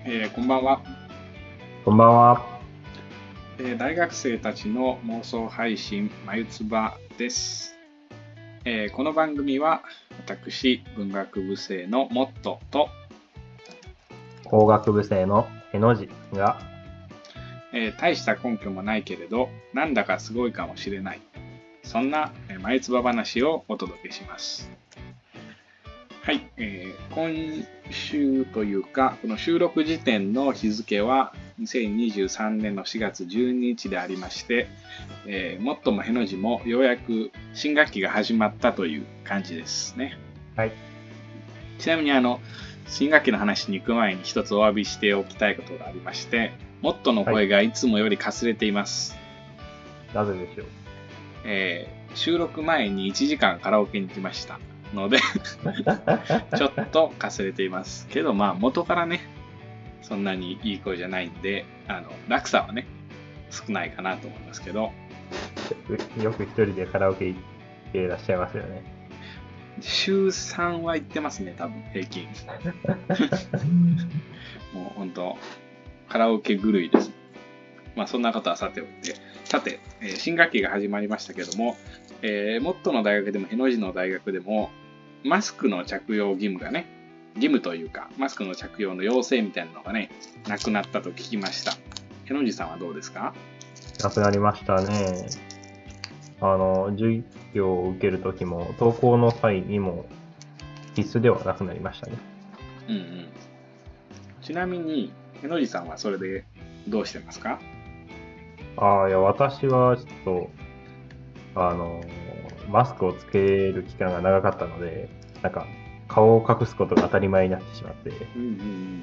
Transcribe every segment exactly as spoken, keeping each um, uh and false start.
えーこんばんは、 こんばんは。 えー大学生たちの妄想配信まゆつばです、えーこの番組は私文学部生のモットと、 工学部生のへの字が、 えー大した根拠もないけれどなんだかすごいかもしれない、そんなえーまゆつば話をお届けします。はい、えー今週というかこの収録時点の日付はにせんにじゅうさんねんのしがつじゅうににちでありまして、えー、もっともへの字もようやく新学期が始まったという感じですね。 はい。 ちなみにあの新学期の話に行く前に一つお詫びしておきたいことがありまして、もっとの声がいつもよりかすれています。 なぜでしょう。 えー収録前にいちじかんカラオケに行きましたのでちょっとかすれていますけど、まあ元からねそんなにいい声じゃないんで、あの落差はね少ないかなと思いますけど、 よく一人でカラオケ行っていらっしゃいますよね。 週さんは行ってますね、多分平均もう本当カラオケ狂いです。まあそんなことはさておいて、さて、えー新学期が始まりましたけども、えー、モットの大学でもへの字の大学でもマスクの着用義務がね、義務というかマスクの着用の要請みたいなのがねなくなったと聞きました。への字さんはどうですか？ なくなりましたね。あの、授業を受けるときも、登校の際にも必須ではなくなりましたね。 うんうん。ちなみにへの字さんはそれでどうしてますか？ ああ、いや、私はちょっと、あの、マスクをつける期間が長かったので、なんか、顔を隠すことが当たり前になってしまって、 うんうんうん。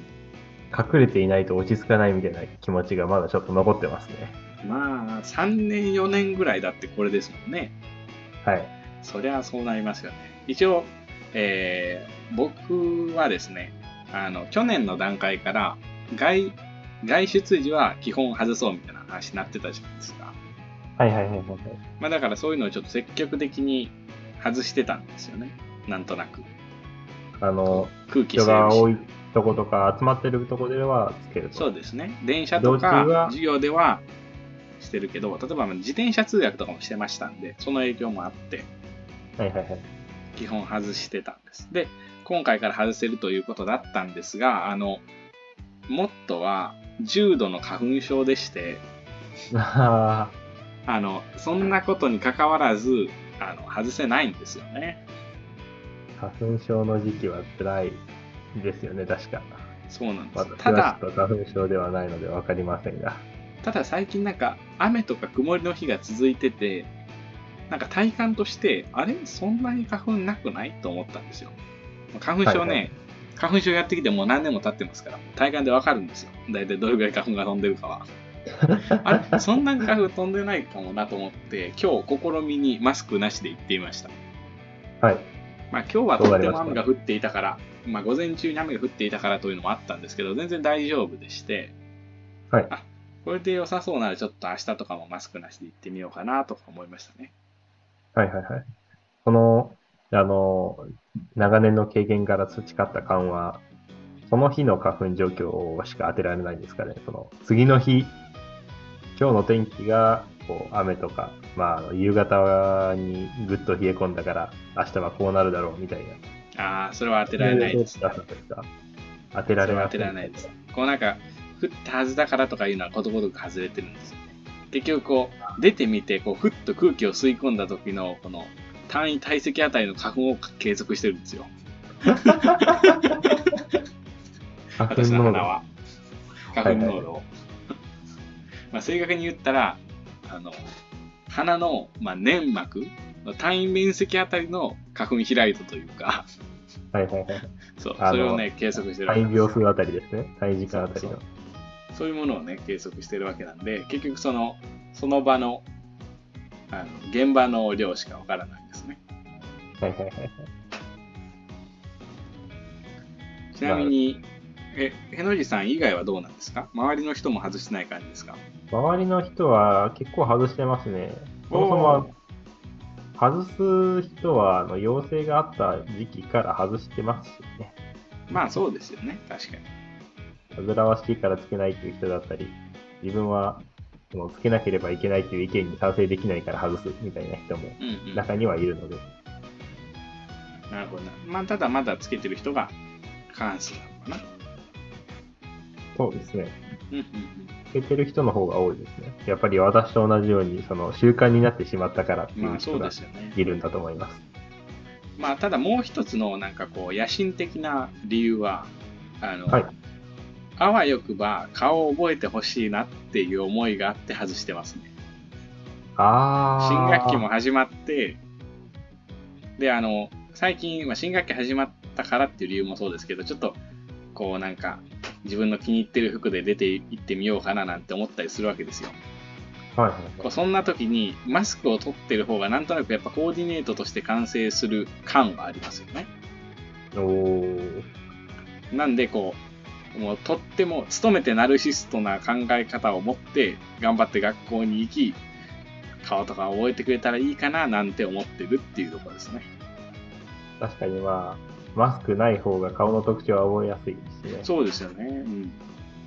隠れていないと落ち着かないみたいな気持ちがまだちょっと残ってますね。 まあさんねんよねんぐらいだってこれですもんね。 はい。 そりゃそうなりますよね。一応、えー僕はですね、あの去年の段階から外外出時は基本外そうみたいな話になってたじゃないですか。 はいはいはいはいはい。 まあだからそういうのをちょっと積極的に外してたんですよね。なんとなく。 あの、 空気人吸えるし。 が多いとことか集まってるとこではつけると。 そうですね。電車移動中とかは、 授業ではしてるけど、例えば自転車通学とかもしてましたんで、その影響もあって、 はいはいはい。 基本外してたんです。で、今回から外せるということだったんですが、あの、モットは重度の花粉症でして、 ああの、そんなことに関わらず、あの、外せないんですよね。 ー花粉症の時期は辛いですよね、確か。 そうなんです。 私ただ、 はちょっと花粉症ではないのでわかりませんが。 ただ最近なんか雨とか曇りの日が続いてて、なんか体感として、あれそんなに花粉なくないと思ったんですよ。花粉症ね、 はいはい花粉症やってきてもう何年も経ってますから、体感でわかるんですよ。だいたいどれぐらい花粉が飛んでるかは。あれそんなに花粉飛んでないかもなと思って、今日試みにマスクなしで行ってみました。 はい。 まあ今日はとっても雨が降っていたから、まあ午前中に雨が降っていたからというのもあったんですけど、全然大丈夫でして、 はい。 あ、これで良さそうならちょっと明日とかもマスクなしで行ってみようかなとか思いましたね。 はいはいはい。この、あの、長年の経験から培った感は、その日の花粉状況しか当てられないんですかね。その次の日、今日の天気がこう雨とか、まああの、夕方にぐっと冷え込んだから、明日はこうなるだろうみたいな。 ああ、それは当てそうられいう予想ないですね。 ですか？当てらそれは当てれませんか？ られないです。こうなんか、降ったはずだからとかいうのはことごとく外れてるんですよね。結局こう、出てみて、こう、ふっと空気を吸い込んだ時の、この、単位体積あたりの花粉を計測してるんですよ。 花粉私の濃度。 鼻は。花粉濃度を。まあ正確に言ったら、あの、鼻の、まあ、粘膜の単位面積あたりの花粉飛来度というか、 はいはいはい。 そう、 あのそれをね、計測してるわけ単位なんですよ。 秒数あたりですね。単位時間あたりの。 そうそういうものをね、計測してるわけなんで、結局その、その場の、あの、現場の量しかわからないんですね。 はいはいはいはい。 ちなみに、え、へのじさん以外はどうなんですか？周りの人も外してない感じですか？ 周りの人は結構外してますね。そもそおー、 も外す人はあの陽性があった時期から外してますしね。 まあそうですよね、確かに。 煩わしいからつけないっていう人だったり、自分はそのつけなければいけないっていう意見に賛成できないから外すみたいな人もうんうん。 中にはいるので、 なるほどな。まあ、ただまだつけてる人が過半数なのかな。 そうですね。 うんうんつけてる人の方が多いですね。やっぱり私と同じように、その習慣になってしまったからってうん。まあ、そういう人がですよね。 いるんだと思います。 まあ、ただもう一つのなんかこう野心的な理由は、あの、 はい。 あわよくば顔を覚えてほしいなっていう思いがあって外してますね。新学期もあ始まって、で、あの、最近、まあ、新学期始まったからっていう理由もそうですけど、ちょっと、こうなんか、自分の気に入ってる服で出て行ってみようかななんて思ったりするわけですよ。 あ、はいはいこうそんな時に、マスクを取ってる方がなんとなくやっぱコーディネートとして完成する感はありますよね。 はい。おー。 なんで、こう、もうとっても、勤めてナルシストな考え方を持って、頑張って学校に行き、顔とか覚えてくれたらいいかななんて思ってるっていうところですね。 確かにまあ、マスクない方が顔の特徴は覚えやすいですね。 そうですよね。うん。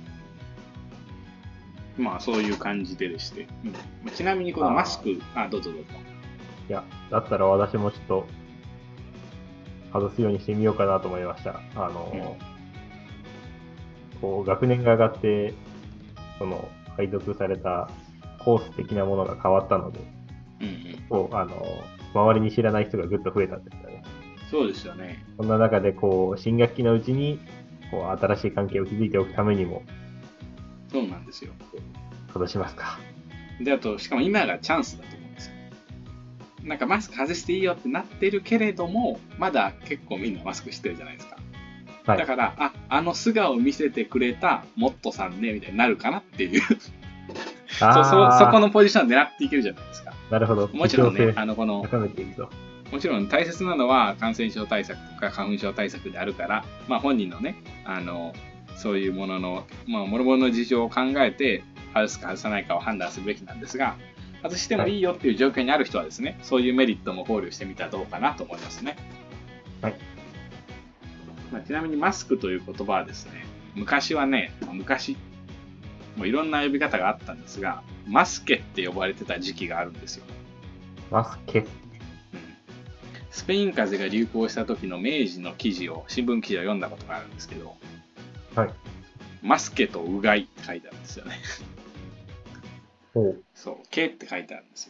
まあ、そういう感じででして。うん、ちなみにこのマスク、あ、どうぞどうぞ。 いや、だったら私もちょっと外すようにしてみようかなと思いました。あの、こう、学年が上がって、その、配属されたコース的なものが変わったので、 うんうん。 こう、あの、周りに知らない人がぐっと増えたんですよね。 そうですよね。 そんな中で、こう、新学期のうちに、こう、新しい関係を築いておくためにも、 そうなんですよ。 外しますか。 で、あと、しかも今がチャンスだと思うんですよ。なんかマスク外していいよってなってるけれども、まだ結構みんなマスクしてるじゃないですか。 はい。 だから、あ、あの素顔を見せてくれたモットさんね、みたいになるかなっていう。そ、そ、そこあのポジションを狙っていけるじゃないですか。 ー、なるほど。 もちろんね、 必要性あの、この、 高めていくと。 もちろん大切なのは感染症対策とか花粉症対策であるから、まあ本人のね、あの、そういうものの、まあ、諸々の事情を考えて、外すか外さないかを判断するべきなんですが、外してもいいよっていう状況にある人はですね、そういうメリットも考慮してみたらどうかなと思いますね。 はい。 まあ、ちなみにマスクという言葉はですね、昔はね、昔、もういろんな呼び方があったんですが、マスケって呼ばれてた時期があるんですよ。 マスケ。 スペイン風邪が流行した時の明治の記事を、新聞記事を読んだことがあるんですけど、 はい。 マスケとうがいって書いてあるんですよね。 おう。 そう、ケって書いてあるんですよ。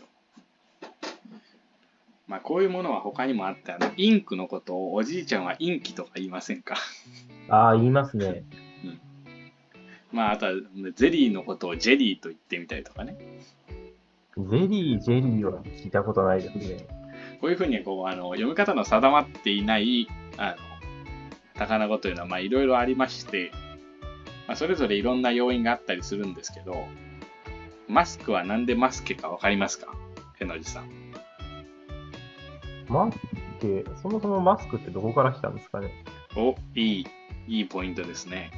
まあこういうものは他にもあって、あの、インクのことをおじいちゃんはインキとか言いませんか？ ああ、言いますね。 うん。まああとはゼリーのことをジェリーと言ってみたりとかね。 ゼリー、ジェリーは聞いたことないですね。 こういうふうにこうあの読み方の定まっていないあの魚語というのはまあいろいろありまして、まあ、それぞれいろんな要因があったりするんですけど、マスクはなんでマスケかわかりますか？へのじさん。 マスケ、そもそもマスクってどこから来たんですかね。 お、いい、いいポイントですね。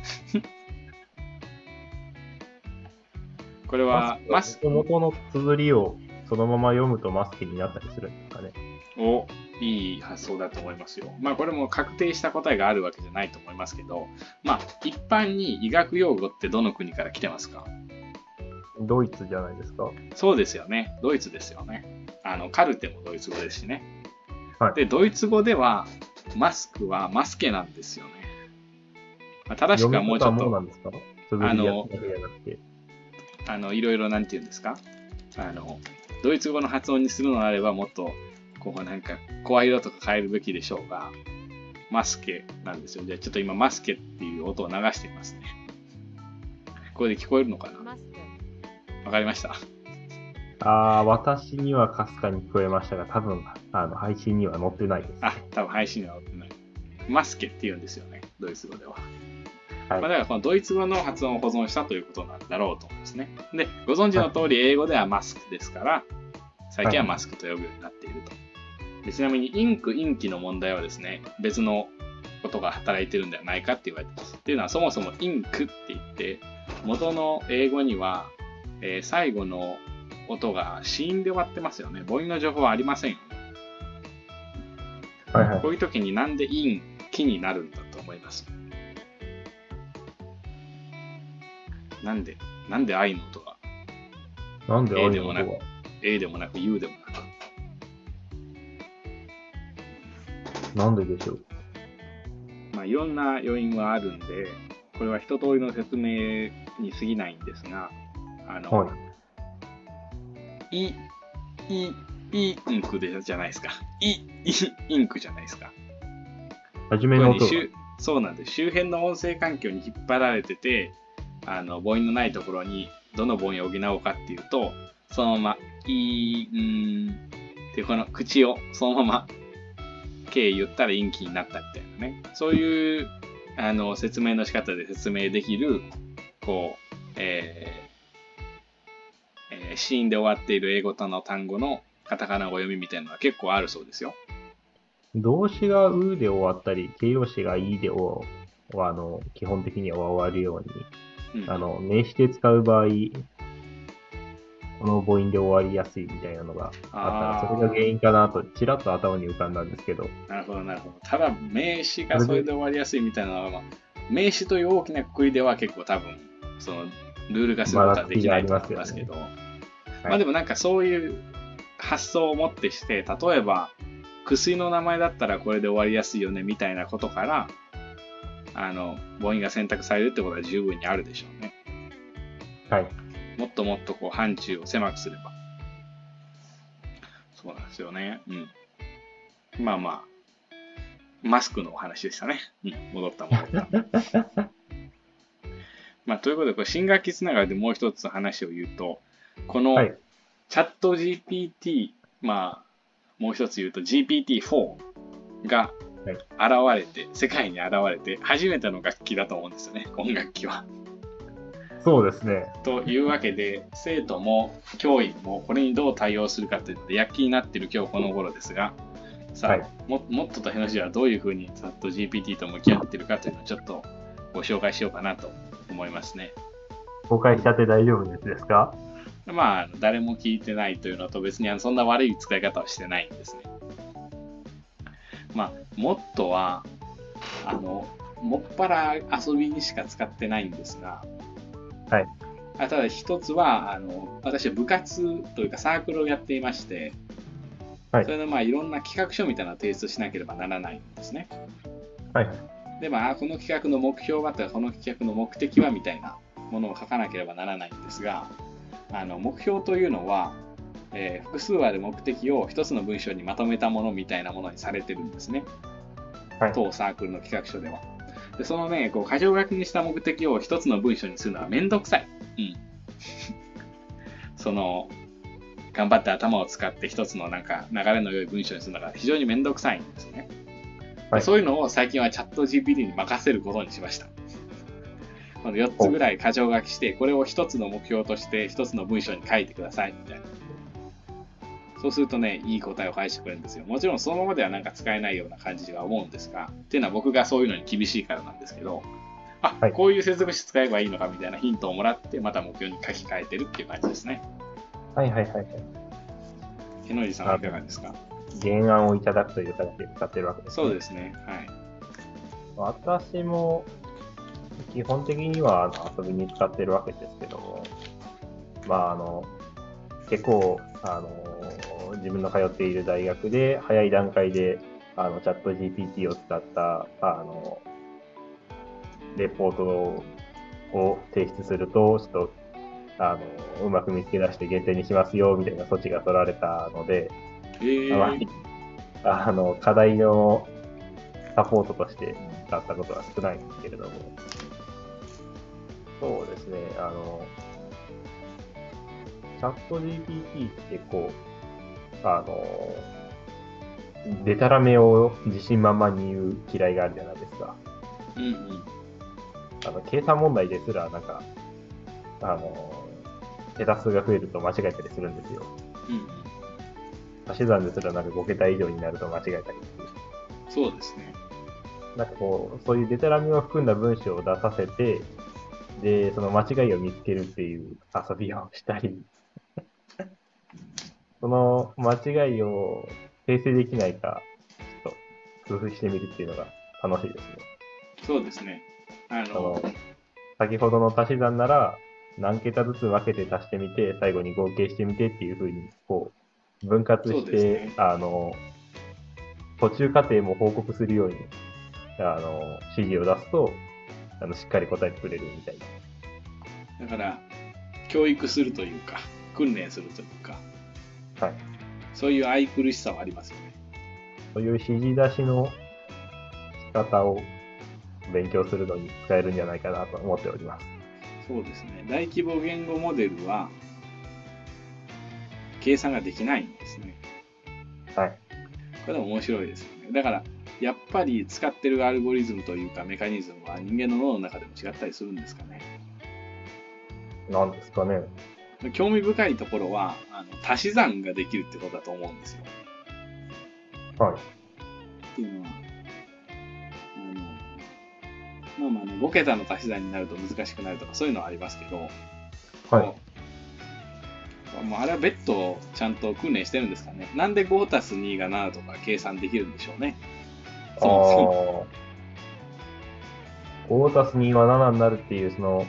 これはマスク、 元々の綴りをそのまま読むとマスケになったりするんですかね。 お、いい発想だと思いますよ。まあこれも確定した答えがあるわけじゃないと思いますけど、まあ一般に医学用語ってどの国から来てますか？ ドイツじゃないですか。 そうですよね。ドイツですよね。あの、カルテもドイツ語ですしね。 はい。 で、ドイツ語では、マスクはマスケなんですよね。まあ、正しくはもうちょっと、 読み方はもうなんですか？綴りやつだけじゃなくて。 あの、いろいろなんて言うんですか？あの、ドイツ語の発音にするのであれば、もっと、こうなんか、声色とか変えるべきでしょうが、マスケなんですよ。じゃあちょっと今、マスケっていう音を流してみますね。これで聞こえるのかな？わかりました。 ああ、私にはかすかに聞こえましたが、多分、あの、配信には載ってないです。 あ、多分配信には載ってない。マスケって言うんですよね、ドイツ語では。 はい。 まあ、だからこのドイツ語の発音を保存したということなんだろうと思うんですね。で、ご存知の通り英語ではマスクですから、最近はマスクと呼ぶようになっていると。でちなみにインク、インキの問題はですね、別のことが働いてるんではないかって言われてます。っていうのはそもそもインクって言って、元の英語には、えー最後の音が子音で終わってますよね。母音の情報はありませんよね。 はいはい。 こういう時になんでイン、キになるんだと思います。 なんで、なんで愛の音がなんで A 愛の音がでもなく、A でもなく U でもなく。 なんででしょう。 まあ、いろんな要因はあるんで、これは一通りの説明に過ぎないんですが、あの、 はい。 い、い、いインクでじゃないですか。い、い、インクじゃないですか。 はじめの音が。 そうなんです。周辺の音声環境に引っ張られてて、あの母音のないところにどの母音を補おうかっていうと、そのままい、んっていうこの口をそのまま形言ったら陰気になったみたいなね。そういうあの説明の仕方で説明できる、こう、えーえー、子音で終わっている英語の単語のカタカナ語読みみたいなのは結構あるそうですよ。 動詞がうで終わったり、形容詞がいで終わあの基本的には終わるように、うん、あの名詞で使う場合、この母音で終わりやすいみたいなのがあったら、それが原因かなと、ちらっと頭に浮かんだんですけど。 なるほど、なるほど。ただ、名詞がそれで終わりやすいみたいなのは、まあ、名詞という大きな括りでは結構多分、その、ルール化することはできないと思いますけど、まあ、ねはい、まあでもなんかそういう発想をもってして、例えば、薬の名前だったらこれで終わりやすいよねみたいなことから、あの、母音が選択されるってことは十分にあるでしょうね。 はい。 もっともっとこう範疇を狭くすれば。そうなんですよね。うん。まあまあ、マスクのお話でしたね。うん、戻った戻った。まあ、ということで、これ新学期つながりでもう一つ話を言うと、このチャット ジーピーティー、まあ、もう一つ言うと ジーピーティーフォー が現れて、世界に現れて初めての楽器だと思うんですよね、今学期は。 そうですね。 というわけで、生徒も教員もこれにどう対応するかというので躍起になっている今日この頃ですが、さあ、はい、も, もっととへの字はどういうふうにチャット ジーピーティー と向き合っているかというのをちょっとご紹介しようかなと思いますね。 公開しちゃって大丈夫ですか？ まあ、誰も聞いてないというのと別にそんな悪い使い方はしてないんですね。まあ、モットーは、あの、もっぱら遊びにしか使ってないんですが、 はい。 ただ一つは、あの、私は部活というかサークルをやっていまして、はい、それでまあいろんな企画書みたいなのを提出しなければならないんですね。 はい。 で、まあ、この企画の目標はとか、この企画の目的はみたいなものを書かなければならないんですが、あの目標というのは、えー、複数ある目的を一つの文章にまとめたものみたいなものにされてるんですね。はい、当サークルの企画書では。で、そのね、こう箇条書きにした目的を一つの文章にするのはめんどくさい。うん。その、頑張って頭を使って一つのなんか流れの良い文章にするのが非常にめんどくさいんですね。はい、そういうのを最近はチャット ジーピーティー に任せることにしました。このよっつぐらい箇条書きして、これを一つの目標として一つの文章に書いてくださいみたいな。そうするとね、いい答えを返してくれるんですよ。もちろんそのままではなんか使えないような感じが思うんですが、っていうのは僕がそういうのに厳しいからなんですけど、あ、はい、こういう接続詞使えばいいのかみたいなヒントをもらって、また目標に書き換えてるっていう感じですね。 はいはいはいはい。 へのじさんはいかがですか？ 原案をいただくという形で使ってるわけですね。そうですね。はい。 私も基本的には遊びに使ってるわけですけども、まああの、結構、あの、自分の通っている大学で早い段階で、あの、チャット ジーピーティー を使った、あの、レポートを提出すると、ちょっと、あの、うまく見つけ出して限定にしますよ、みたいな措置が取られたので、 えー、 あまり、あの、課題のサポートとして使ったことは少ないんですけれども、そうですね、あの、チャット ジーピーティー ってこう、あの、デタラメを自信満々に言う嫌いがあるじゃないですか。 うんうん。 あの、計算問題ですら、なんか、あの、桁数が増えると間違えたりするんですよ。 うんうん。 足し算ですらなんかご桁以上になると間違えたりする。 そうですね。 なんかこう、そういうデタラメを含んだ文章を出させて、で、その間違いを見つけるっていう遊びをしたり、その間違いを訂正できないか、ちょっと工夫してみるっていうのが楽しいですね。 そうですね。あの、 その先ほどの足し算なら、 何桁ずつ分けて足してみて、最後に合計してみてっていう風に、こう、分割そうして、 ですね。 あの、途中過程も報告するように、あの、指示を出すと、あの、しっかり答えてくれるみたいだから、教育するというか、訓練するというか、 な。はい。 そういう愛くるしさはありますよね。 そういう指示出しの仕方を勉強するのに使えるんじゃないかなと思っております。 そうですね。大規模言語モデルは、計算ができないんですね。 はい。 これも面白いですよね。だから、やっぱり使ってるアルゴリズムというかメカニズムは人間の脳の中でも違ったりするんですかね。 なんですかね。 興味深いところは、あの足し算ができるってことだと思うんですよ。 はい。 っていうのは、あの、まあまあ、ご桁の足し算になると難しくなるとかそういうのはありますけど、 はい。 もうあれは別途ちゃんと訓練してるんですかね。なんで ごたすに がななとか計算できるんでしょうね。 あそもあ、ごたすにはななになるっていう、その、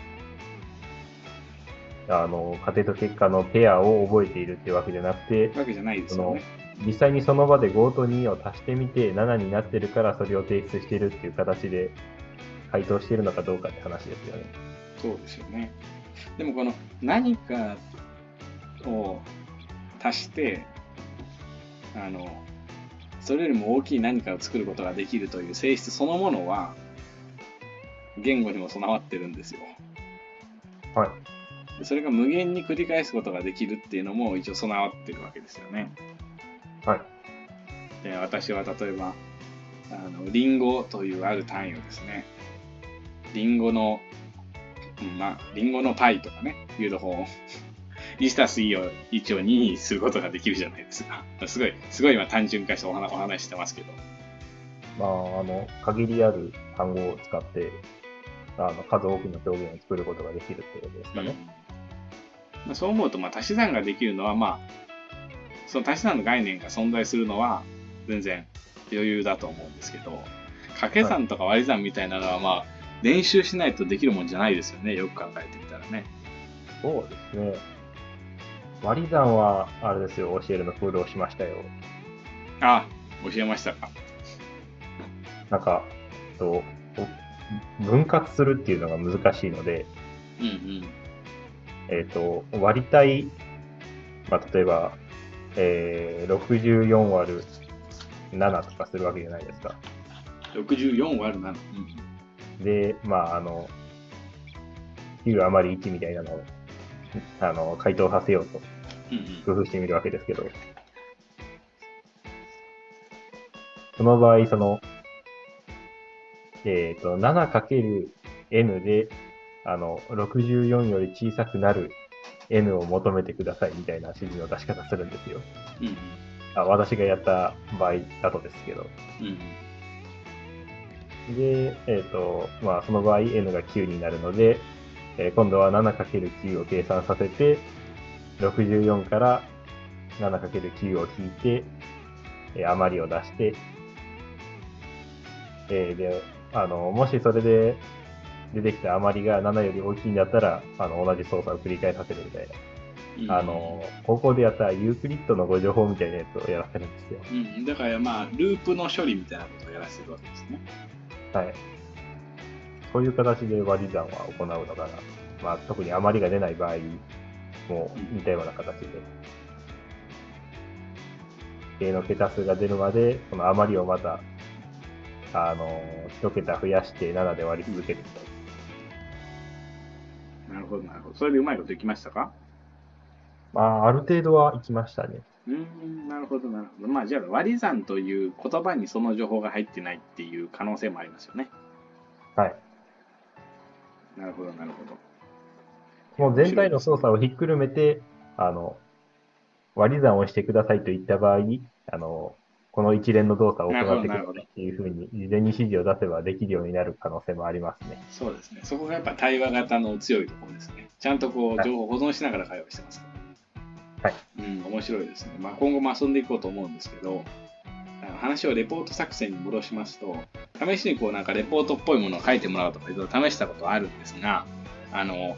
あの、仮定と結果のペアを覚えているっていうわけじゃなくて、 そもわけじゃないですそのよね。 実際にその場でごとにを足してみてななになってるからそれを提出してるっていう形で回答してるのかどうかって話ですよね。 そうですよね。でもこの何かを足して、あの、それよりも大きい何かを作ることができるという性質そのものは言語にも備わってるんですよ。 はい。 それが無限に繰り返すことができるっていうのも一応備わってるわけですよね。 はい。 で、私は例えば、あの、リンゴというある単位をですね、リンゴの、まあ、リンゴのパイとかね、いうとこう、いちたすいをいちをににすることができるじゃないですか。すごい、すごい今単純化してお話お話してますけど。 まあ、あの、限りある単語を使って、あの、数多くの表現を作ることができるってことですかね。 うんまあ、そう思うと、まあ、足し算ができるのは、まあ、その足し算の概念が存在するのは、全然余裕だと思うんですけど、掛け算とか割り算みたいなのは、まあ、練習しないとできるもんじゃないですよね。よく考えてみたらね。 そうですね。割り算は、あれですよ、教えるの苦労しましたよ。 あ、教えましたか。 なんか、と分割するっていうのが難しいので、 うんうん。 えっ、と、割りたい、まあ、例えば、えー、ろくじゅうよん割るななとかするわけじゃないですか。 ろくじゅうよん割るなな。うん、 で、まあ、あの、きゅう余りいちみたいなのを、あの、回答させようと工夫してみるわけですけど、その場合、その、えっ、と、ななかけるエヌ で、あの、ろくじゅうよんより小さくなる N を求めてくださいみたいな指示の出し方するんですよ。 うんうん、 あ、私がやった場合だとですけど。 うんうん、で、えっ、と、まあ、その場合 N がきゅうになるので、えー今度は ななかけるきゅう を計算させて、ろくじゅうよんから ななかけるきゅう を引いて、えー余りを出して、えーで、あの、もしそれで出てきた余りがななより大きいんだったら、あの、同じ操作を繰り返させるみたいな。 うん、 あの、高校でやったユークリッドのご情報みたいなやつをやらせるんですよ。 うん、だからまあ、ループの処理みたいなことをやらせてるわけですね。 はい。そういう形で割り算は行うのかな。まあ、特に余りが出ない場合も似たような形で。A の桁数が出るまで、その余りをまた、あの、一桁増やしてななで割り続けるなるほど、なるほど。それでうまいこといきましたか？ まあ、ある程度はいきましたね。 うーん、なるほど、なるほど。まあ、じゃあ、割り算という言葉にその情報が入ってないっていう可能性もありますよね。 はい。 なるほど、なるほど。 もう全体の操作をひっくるめて、あの、割り算をしてくださいと言った場合、あの、この一連の動作を行ってくださいっていうふうに、事前に指示を出せばできるようになる可能性もありますね。 そうですね。そこがやっぱ対話型の強いところですね。ちゃんとこう、情報を保存しながら会話してますから。はい。うん、面白いですね。まあ、今後も遊んでいこうと思うんですけど、話をレポート作成に戻しますと、試しにこうなんかレポートっぽいものを書いてもらうとかいろいろ試したことはあるんですが、あの、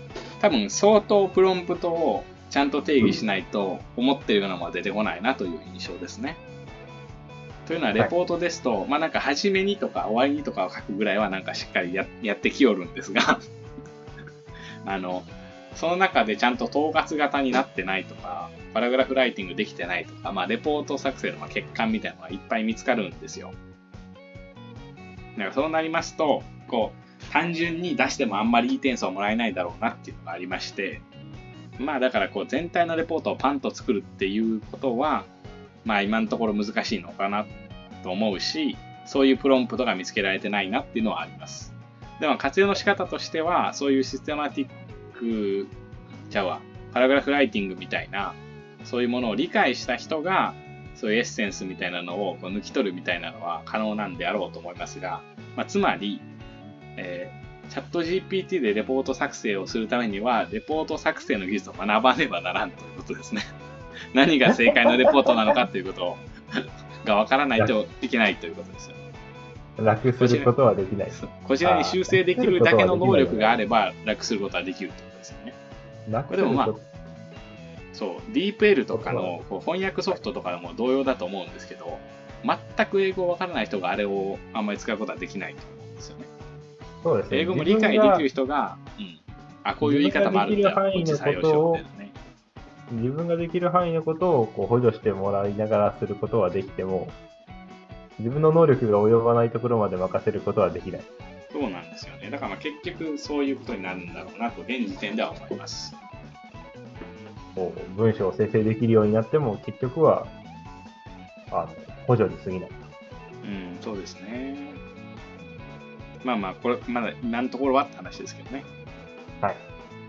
多分相当プロンプトをちゃんと定義しないと思ってるようなものは出てこないなという印象ですね。というのはレポートですと、はい、まあなんか初めにとか終わりにとかを書くぐらいはなんかしっかり や, やってきよるんですがあのその中でちゃんと統括型になってないとかパラグラフライティングできてないとか、まあレポート作成の欠陥みたいなのがいっぱい見つかるんですよ。だからそうなりますとこう単純に出してもあんまりいい点数をもらえないだろうなっていうのがありまして、まあだからこう全体のレポートをパンと作るっていうことはまあ今のところ難しいのかなと思うし、そういうプロンプトが見つけられてないなっていうのはあります。でも活用の仕方としては、そういうシステマティック、じゃあパラグラフライティングみたいな、そういうものを理解した人が、そういうエッセンスみたいなのをこう抜き取るみたいなのは可能なんであろうと思いますが、まあ、つまり、えー、チャット ジーピーティー でレポート作成をするためには、レポート作成の技術を学ばねばならんということですね。何が正解のレポートなのかということがわからないといけないということですよ。 楽することはできない。 こちらに修正できるだけの能力があれば楽することはできるということですよね。これでもまあ、そう、ディープエル とかのこう翻訳ソフトとかも同様だと思うんですけど、全く英語わからない人があれをあんまり使うことはできないと思うんですよね。 そうですね。 英語も理解できる人が、うん、あ、こういう言い方もあるんだよ、こっち採用しようみたいなね。 自分ができる範囲のことをこう補助してもらいながらすることはできても、自分の能力が及ばないところまで任せることはできない。 そうなんですよね。だからまあ結局そういうことになるんだろうなと現時点では思います。 こう文章を生成できるようになっても結局はあの補助に過ぎない。 うん、そうですね。まあまあこれまだ今のところはって話ですけどね。 はい。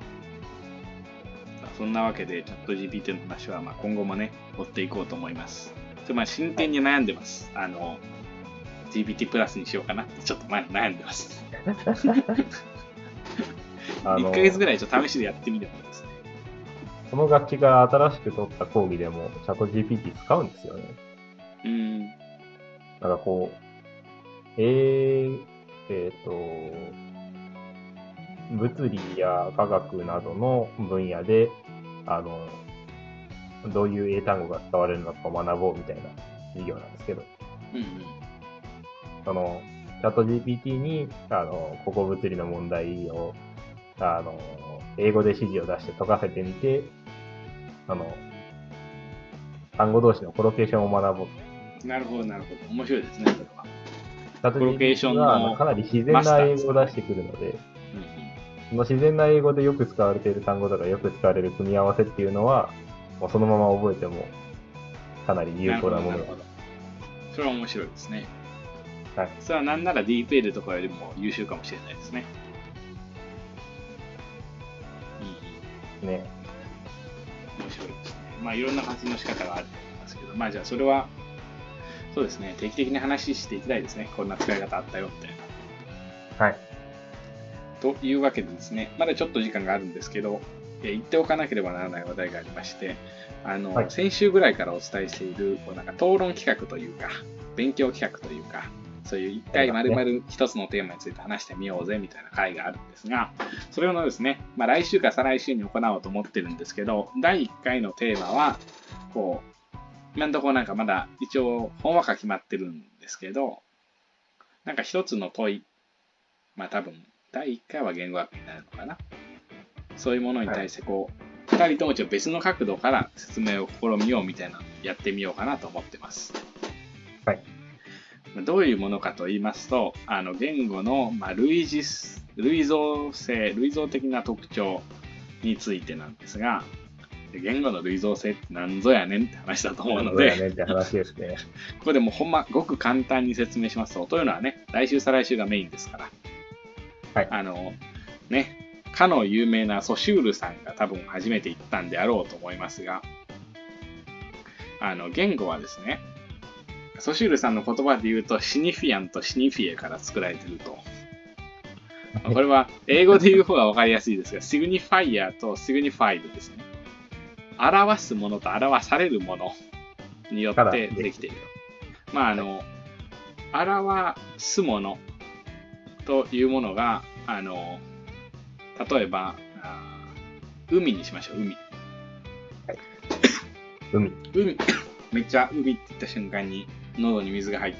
そんなわけでチャット ジーピーティー の話はまあ今後もね追っていこうと思います。でまあ進展に悩んでます。はい、あの ジーピーティー プラスにしようかなってちょっと前に悩んでます。いっかげつぐらいちょっと試しでやってみてもいいですね。 この楽器が新しく取った講義でもチャット ジーピーティー 使うんですよね。 うん。 なんかこう、えー、えっ、ー、と、物理や科学などの分野で、あの、どういう英単語が使われるのかを学ぼうみたいな授業なんですけど、 うんうん、 その、チャット ジーピーティー に、あの、ここ物理の問題を、あの、英語で指示を出して解かせてみて、あの、単語同士のコロケーションを学ぼう。 なるほど、なるほど。面白いですね、それは。 チャット ジーピーティー はかなり自然な英語を出してくるので、その自然な英語でよく使われている単語とかよく使われる組み合わせっていうのは、もうそのまま覚えてもかなり有効なものだ。 それは面白いですね。 はい。 それはなんなら ディープエル とかよりも優秀かもしれないですね。 いいね。 面白いですね。まあいろんな活用の仕方があると思いますけど、まあじゃあそれは、そうですね、定期的に話していきたいですね。こんな使い方あったよみたいな。 はい。 というわけでですね、まだちょっと時間があるんですけど、言っておかなければならない話題がありまして、あの、はい、先週ぐらいからお伝えしている、こうなんか討論企画というか、勉強企画というか、そういう一回丸々一つのテーマについて話してみようぜみたいな会があるんですが、それをですね、まあ、来週か再来週に行おうと思ってるんですけど、だいいっかいのテーマは、こう、今のところなんかまだ一応本話が決まってるんですけど、なんか一つの問い、まあ多分、だいいっかいは言語学になるのかな。そういうものに対してこう、はい、ふたりともちょっと別の角度から説明を試みようみたいなのをやってみようかなと思ってます。 はい。 どういうものかと言いますと、あの言語の、まあ、類似、類像性、類像的な特徴についてなんですが、言語の類像性って何ぞやねんって話だと思うので、 何ぞやねんって話ですね。 ここでもほんまごく簡単に説明しますと、というのはね、来週再来週がメインですから、 はい、 あのね、かの有名なソシュールさんが多分初めて言ったんであろうと思いますが、あの言語はですね、ソシュールさんの言葉で言うとシニフィアンとシニフィエから作られていると。これは英語で言う方が分かりやすいですが、シグニファイアとシグニファイドですね。表すものと表されるものによってできている。まああの、表すものというものが、あの、例えば、 海にしましょう、海。 はい、海。 海。めっちゃ海って言った瞬間に喉に水が入った。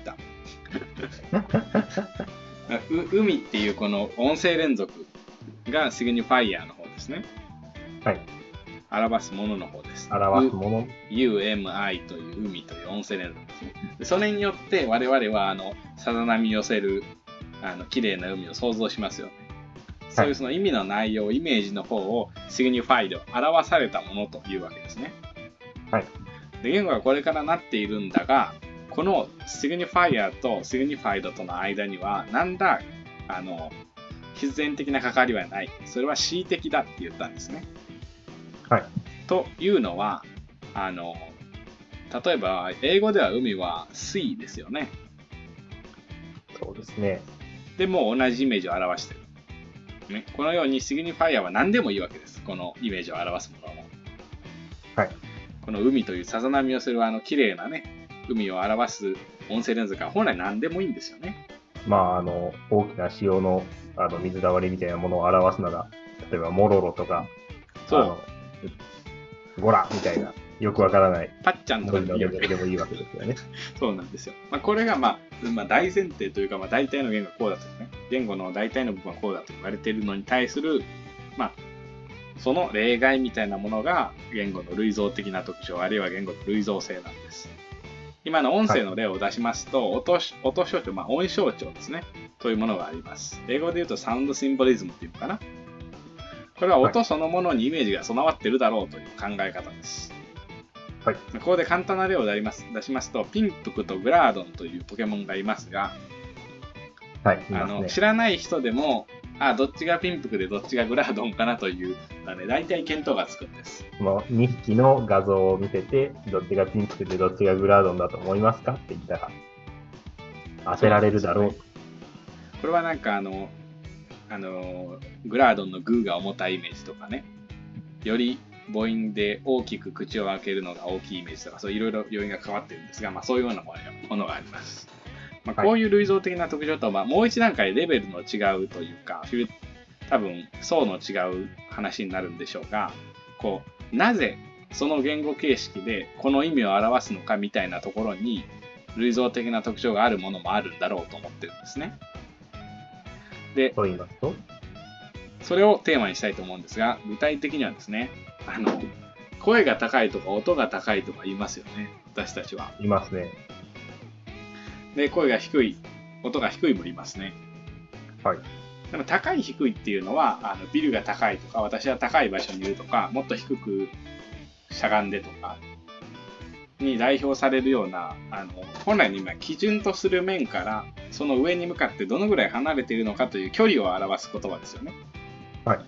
う海っていうこの音声連続がシグニファイアの方ですね。 はい。 表すものの方です。 表すもの。 ユーエムアイ という海という音声連続ですね。でそれによって我々はあのさざ波寄せるあの綺麗な海を想像しますよね。そういうその意味の内容、イメージの方をシグニファイド、表されたものというわけですね。 はい。 で言語がこれからなっているんだが、このシグニファイアとシグニファイドとの間には何らあの必然的な関わりはない。それは恣意的だって言ったんですね。 はい。 というのは、あの例えば英語では海は sea ですよね。 そうですね。 でも同じイメージを表している。ね、このようにシグニファイアは何でもいいわけです。このイメージを表すものも。 はい。 この海というさざ波をするあの綺麗なね、海を表す音声連続は本来何でもいいんですよね。 まあ、あの、大きな潮のあの水たまりみたいなものを表すなら、例えばモロロとか、 そう。 あのゴラみたいな、よくわからない。 パッチャンとかでもいいわけでもいいわけですよね。 そうなんですよ。まあ、これが、まあ、まあ、大前提というか、まあ、大体の言語がこうだとね、言語の大体の部分はこうだと言われているのに対する、まあ、その例外みたいなものが言語の類像的な特徴、あるいは言語の類像性なんです。今の音声の例を出しますと、はい、音, 音象徴、まあ、音象徴ですね。というものがあります。英語で言うとサウンドシンボリズムっていうのかな。これは音そのものにイメージが備わっているだろうという考え方です。はい、ここで簡単な例を出します、出しますと、ピンプクとグラードンというポケモンがいますが、 はい、 あの知らない人でも、あ、どっちがピンプクでどっちがグラードンかなという、ね、大体見当がつくんです。 このにひきの画像を見せて、どっちがピンプクでどっちがグラードンだと思いますかって言ったら、当てられるだろう。うね、 これはなんかあの、あのグラードンのグーが重たいイメージとかね、より母音で大きく口を開けるのが大きいイメージとか、そういろいろ要因が変わってるんですが、まあ、そういうようなものがあります。まあ、こういう類像的な特徴と、まあ、もう一段階レベルの違うというか、多分層の違う話になるんでしょうが、こうなぜその言語形式でこの意味を表すのかみたいなところに類像的な特徴があるものもあるんだろうと思ってるんですね。で、 と言いますと、 それをテーマにしたいと思うんですが、具体的にはですね、あの声が高いとか音が高いとか言いますよね、私たちは。 いますね。 で、声が低い、音が低いもいますね。 はい。 でも高い低いっていうのは、あのビルが高いとか、私は高い場所にいるとか、もっと低くしゃがんでとかに代表されるような、あの本来の今基準とする面からその上に向かってどのぐらい離れているのかという距離を表す言葉ですよね。 はい。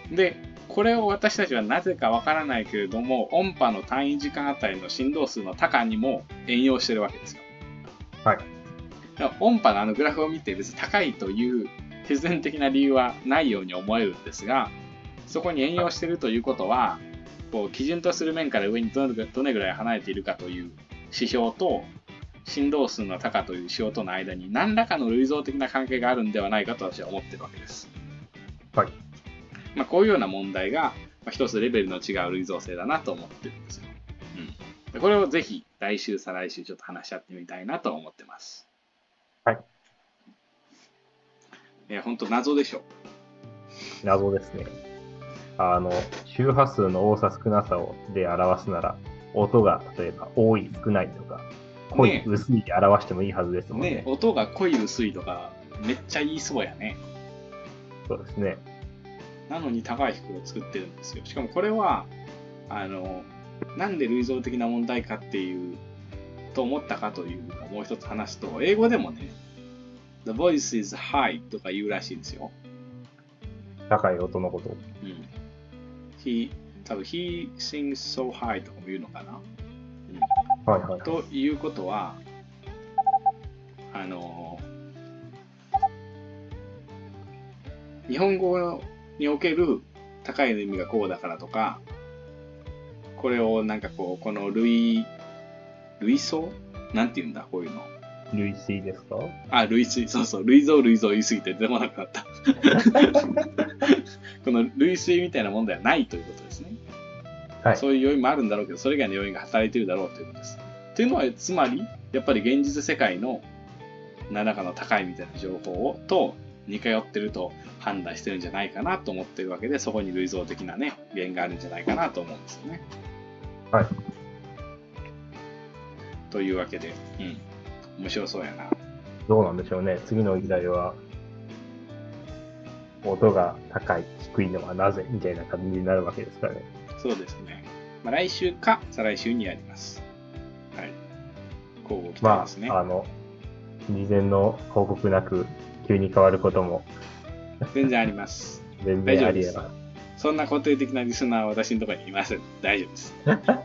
で、これを私たちはなぜかわからないけれども、音波の単位時間あたりの振動数の高にも援用してるわけですよ。 はい。 音波のあのグラフを見て別に高いという必然的な理由はないように思えるんですが、そこに援用しているということは、こう基準とする面から上にどれぐらい離れているかという指標と振動数の高という指標との間に何らかの類像的な関係があるんではないかと私は思っているわけです。 はい。 まあ、こういうような問題が一つレベルの違う類像性だなと思ってるんですよ。うん、でこれをぜひ来週再来週ちょっと話し合ってみたいなと思ってます。 はい。 いや、本当謎でしょ。 謎ですね。あの、周波数の多さ少なさをで表すなら、音が例えば多い少ないとか、濃い、ね、薄いで表してもいいはずですもんね。 ね、音が濃い薄いとかめっちゃ言いそうやね。 そうですね。なのに高い低いを作ってるんですよ。しかもこれはあのなんで類像的な問題かっていうと思ったかというのをもう一つ話すと、英語でもね The voice is high とか言うらしいんですよ。 高い音のこと。 うん。He 多分 He sings so high とかも言うのかな。 うん、はいはい、はい。 ということはあの日本語における高いの意味がこうだからとか、これをなんかこうこの類類想なんていうんだこういうの類推ですか？ あ、類推、そうそう、類像類像言い過ぎて出てこなくなった。この類推みたいなものではないということですね。はい、そういう要因もあるんだろうけど、それ以外の要因が働いているだろうということです。というのは、つまり、やっぱり現実世界の何らかの高いみたいな情報をと似通ってると判断してるんじゃないかなと思ってるわけで、そこに類像的なね、原因があるんじゃないかなと思うんですよね。 はい。 というわけで、うん、面白そうやな。 どうなんでしょうね。次の議題は、音が高い、低いのはなぜみたいな感じになるわけですからね。 そうですね。まあ、来週か再来週にやります。はい。交互期待ですね。 まあ、あの、事前の報告なく急に変わることも全然あります。 全然ありえます。 そんな固定的なリスナーは私のところにいません。大丈夫です。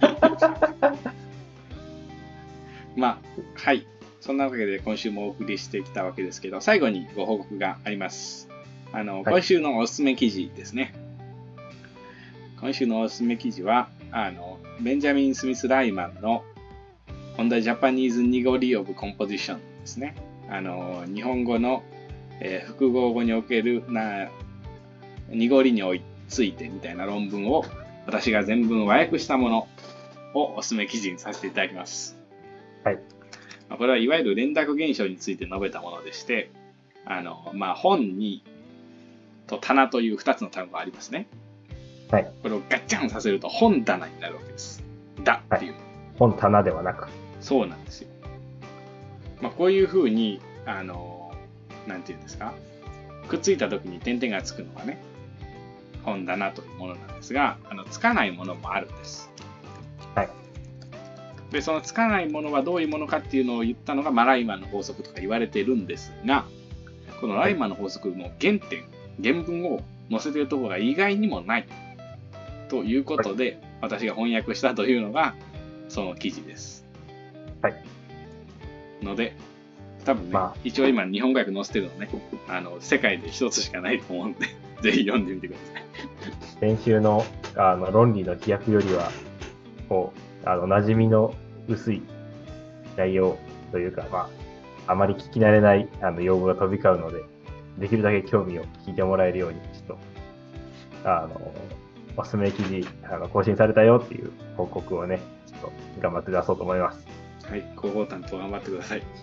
まあ、はい。そんなわけで今週もお送りしてきたわけですけど、最後にご報告があります。あの、今週のおすすめ記事ですね。はい、今週のおすすめ記事は、あの、ベンジャミン・スミス・ライマンのOn the Japanese Nigori of Composition ですね。あの、日本語の、えー、複合語におけるな、濁りについてみたいな論文を私が全文和訳したものをおすすめ記事にさせていただきます。 はい。 これはいわゆる連絡現象について述べたものでして、あの、まあ、本にと棚というふたつの単語がありますね。 はい。 これをガッチャンさせると本棚になるわけです。だっていう。はい、 本棚ではなく。 そうなんですよ。まあ、こういうふうに、あの、なんていうんですか、くっついた時に点々がつくのがね、本棚というものなんですが、あのつかないものもあるんです。 はい。 で、そのつかないものはどういうものかっていうのを言ったのが、まあ、ライマンの法則とか言われているんですが、このライマンの法則の原点、原文を載せているところが意外にもないということで、はい、私が翻訳したというのがその記事です。 はい。 ので、多分ね、まあ、一応今日本語訳載せてるのね、あの世界で一つしかないと思うんで、ぜひ読んでみてください。 先週のあの論理の飛躍よりは、こう、あの馴染みの薄い内容というか、まあ、あまり聞き慣れないあの用語が飛び交うので、できるだけ興味を聞いてもらえるように、ちょっと、あの、おすすめ記事、あの更新されたよっていう報告をね、ちょっと頑張って出そうと思います。 はい、広報担当頑張ってください。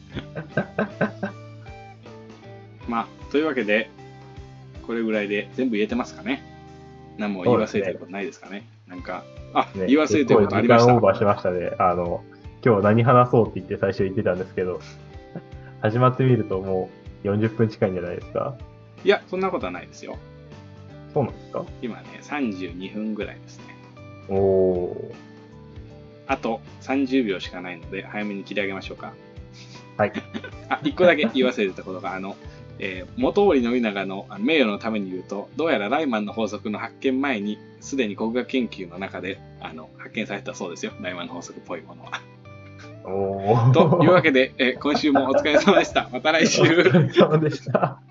まあ、というわけで、これぐらいで全部言えてますかね。何も言い忘れてることないですかね。なんか、あ、ね、言い忘れてることありました。 時間オーバーしましたね。あの、今日何話そうって言って最初言ってたんですけど、始まってみるともうよんじゅっぷん近いんじゃないですか。 いや、そんなことはないですよ。 そうなんですか？ 今ね、さんじゅうにふんぐらいですね。 おー。 あとさんじゅうびょうしかないので、早めに切り上げましょうか。 はい。 あ、いっこだけ言い忘れてたことが、あの、えー、元織宣長の名誉のために言うと、どうやらライマンの法則の発見前に、すでに国学研究の中であの発見されたそうですよ。ライマンの法則っぽいものは。 おー。 というわけで、えー、今週もお疲れ様でした。また来週。 お疲れ様でした。